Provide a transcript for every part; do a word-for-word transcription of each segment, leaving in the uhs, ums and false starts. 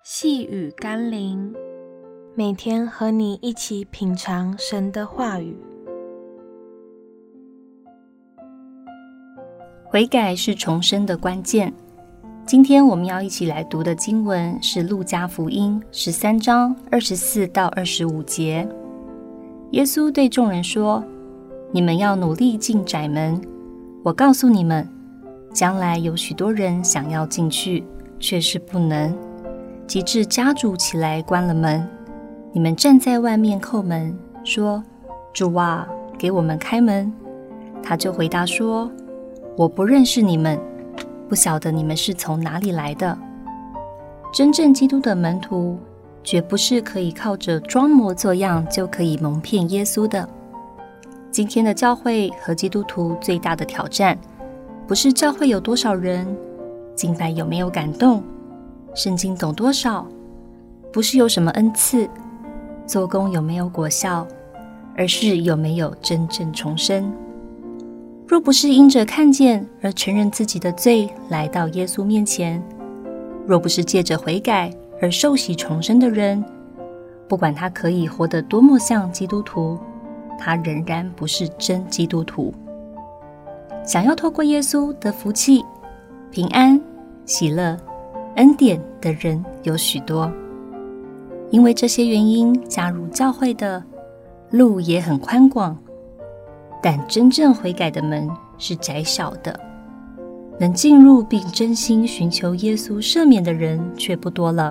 细雨甘霖，每天和你一起品尝神的话语。 悔改是重生的关键。今天我们要一起来读的经文是路加福音十三章二十四到二十五节。耶稣对众人说：你们要努力进窄门，我告诉你们，将来有许多人想要进去，却是不能。及至家主起来关了门，你们站在外面叩门，说：主啊，给我们开门。他就回答说：我不认识你们，不晓得你们是从哪里来的。真正基督的门徒，绝不是可以靠着装模作样就可以蒙骗耶稣的。今天的教会和基督徒最大的挑战，不是教会有多少人，敬拜有没有感动，圣经懂多少，不是有什么恩赐，做工有没有果效，而是有没有真正重生。若不是因着看见而承认自己的罪来到耶稣面前，若不是借着悔改而受洗重生的人，不管他可以活得多么像基督徒，他仍然不是真基督徒。想要透过耶稣得福气、平安、喜乐、恩典的人有许多，因为这些原因加入教会的路也很宽广，但真正悔改的门是窄小的，能进入并真心寻求耶稣赦免的人却不多了。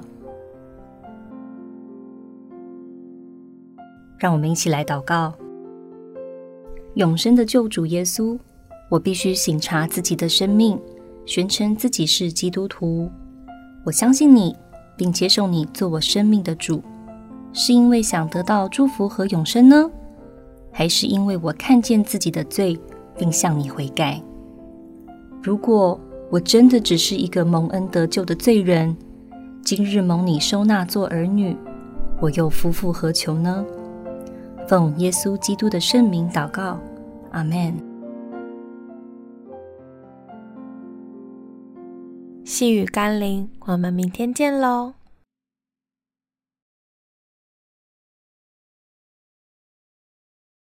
让我们一起来祷告。永生的救主耶稣，我必须省察自己的生命，宣称自己是基督徒。我相信你，并接受你做我生命的主，是因为想得到祝福和永生呢？还是因为我看见自己的罪，并向你悔改？如果我真的只是一个蒙恩得救的罪人，今日蒙你收纳做儿女，我又夫复何求呢？奉耶稣基督的圣名祷告，阿们。 细雨甘霖，我们明天见喽。